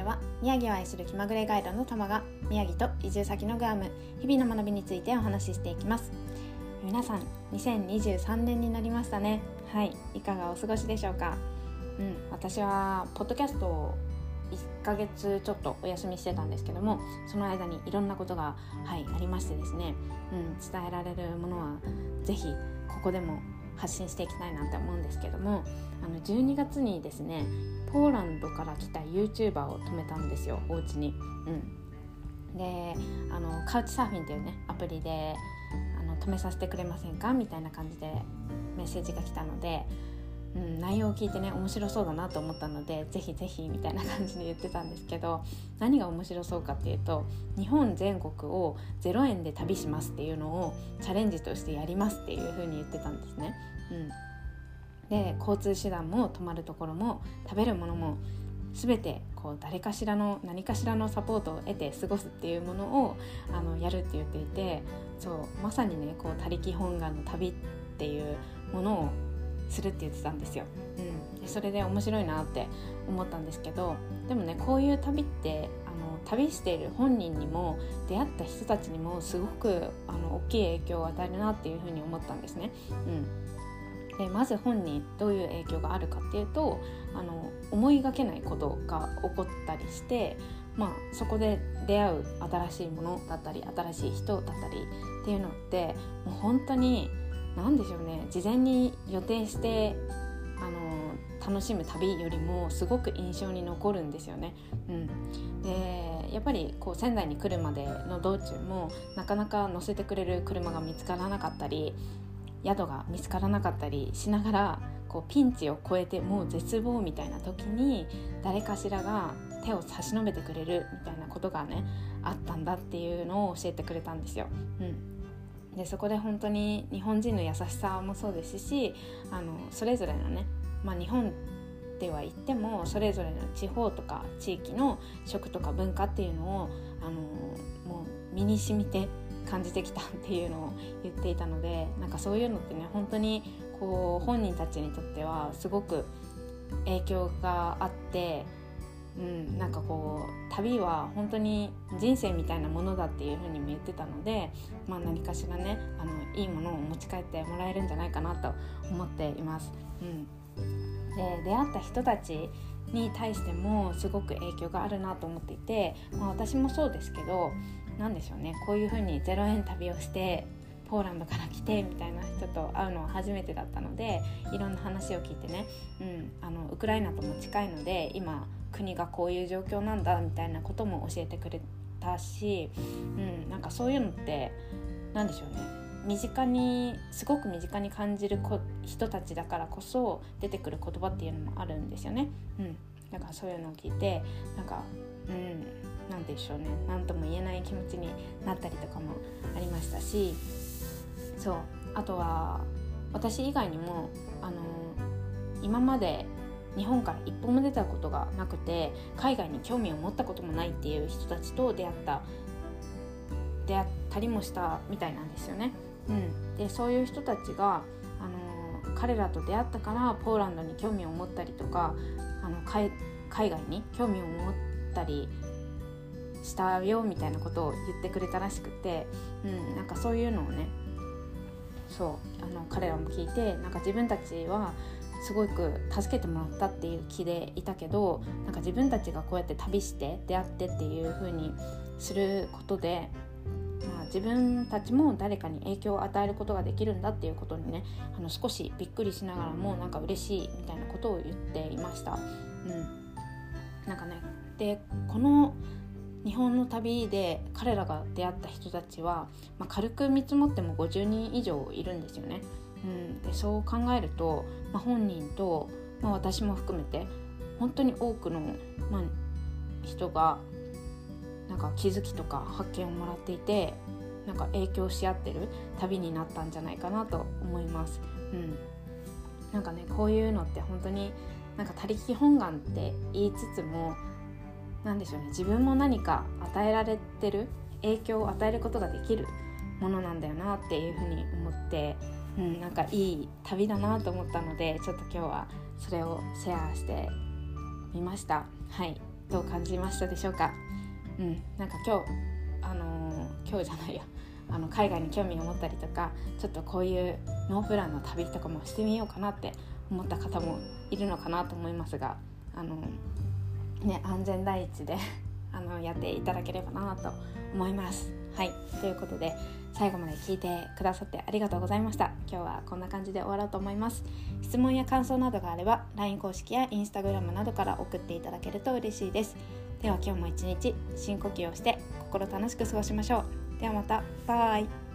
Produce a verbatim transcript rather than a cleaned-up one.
は宮城を愛する気まぐれガイドのたまが宮城と移住先のグアム、日々の学びについてお話ししていきます。皆さんにせんにじゅうさんねんになりましたね。はい、いかがお過ごしでしょうか。うん、私はポッドキャストをいっかげつちょっとお休みしてたんですけども、その間にいろんなことが、はい、ありましてですね、うん、伝えられるものはぜひここでも発信していきたいなって思うんですけども、あのじゅうにがつにですね、ポーランドから来た YouTuber を止めたんですよ、お家に。うん、であのカウチサーフィンっていうねアプリであの止めさせてくれませんかみたいな感じでメッセージが来たので、うん、内容を聞いてね面白そうだなと思ったので、ぜひぜひみたいな感じで言ってたんですけど、何が面白そうかっていうと、日本全国をゼロえんで旅しますっていうのをチャレンジとしてやりますっていう風に言ってたんですね。うんで交通手段も泊まるところも食べるものも全てこう誰かしらの何かしらのサポートを得て過ごすっていうものをあのやるって言っていて、そうまさにねこう他力本願の旅っていうものをするって言ってたんですよ。うん、でそれで面白いなって思ったんですけど、でもねこういう旅ってあの旅している本人にも出会った人たちにもすごくあの大きい影響を与えるなっていうふうに思ったんですね。うんでまず本人どういう影響があるかっていうと、あの思いがけないことが起こったりして、まあ、そこで出会う新しいものだったり新しい人だったりっていうのってもう本当に何でしょうね、事前に予定してあの楽しむ旅よりもすごく印象に残るんですよね。うん、でやっぱりこう仙台に来るまでの道中もなかなか乗せてくれる車が見つからなかったり、宿が見つからなかったりしながら、こうピンチを越えてもう絶望みたいな時に誰かしらが手を差し伸べてくれるみたいなことがねあったんだっていうのを教えてくれたんですよ。うん、でそこで本当に日本人の優しさもそうですし、あのそれぞれのね、まあ、日本では言ってもそれぞれの地方とか地域の食とか文化っていうのをあのもう身に染みて感じてきたっていうのを言っていたので、なんかそういうのってね本当にこう本人たちにとってはすごく影響があって、うん、なんかこう旅は本当に人生みたいなものだっていう風にも言ってたので、まあ、何かしらねあのいいものを持ち帰ってもらえるんじゃないかなと思っています。うん、で出会った人たちに対してもすごく影響があるなと思っていて、まあ、私もそうですけど、なんでしょうね、こういう風にゼロえん旅をしてポーランドから来てみたいな人と会うのは初めてだったので、いろんな話を聞いてね、うん、あのウクライナとも近いので今国がこういう状況なんだみたいなことも教えてくれたし、うん、なんかそういうのってなんでしょうね、身近にすごく身近に感じる人たちだからこそ出てくる言葉っていうのもあるんですよね。うん、だからそういうのを聞いてなんかうんなんでしょうね、なんとも言えない気持ちになったりとかもありましたし、そうあとは私以外にもあの今まで日本から一歩も出たことがなくて海外に興味を持ったこともないっていう人たちと出会った出会ったりもしたみたいなんですよね。うん、でそういう人たちがあの彼らと出会ったからポーランドに興味を持ったりとか、あの 海, 海外に興味を持ったりしたよみたいなことを言ってくれたらしくて、うん、なんかそういうのをね、そうあの彼らも聞いて、なんか自分たちはすごく助けてもらったっていう気でいたけど、なんか自分たちがこうやって旅して出会ってっていう風にすることで、まあ、自分たちも誰かに影響を与えることができるんだっていうことにね、あの少しびっくりしながらもなんか嬉しいみたいなことを言っていました。うん、なんかね、でこの日本の旅で彼らが出会った人たちは、まあ、軽く見積もってもごじゅうにん以上いるんですよね。うん、でそう考えると、まあ、本人と、まあ、私も含めて本当に多くの、まあ、人がなんか気づきとか発見をもらっていて、なんか影響し合ってる旅になったんじゃないかなと思います。うん、なんかねこういうのって本当になんか他力本願って言いつつも、なんでしょうね、自分も何か与えられてる、影響を与えることができるものなんだよなっていうふうに思って、うん、なんかいい旅だなと思ったので、ちょっと今日はそれをシェアしてみました。はい、 どう感じましたでしょうか。うん、なんか今日あのー、今日じゃないやあの海外に興味を持ったりとか、ちょっとこういうノープランの旅とかもしてみようかなって思った方もいるのかなと思いますが、あのね、安全第一であのやっていただければなと思います。はい、ということで最後まで聞いてくださってありがとうございました。今日はこんな感じで終わろうと思います。質問や感想などがあれば ライン 公式や インスタグラム などから送っていただけると嬉しいです。では今日も一日深呼吸をして心楽しく過ごしましょう。ではまた。バイ。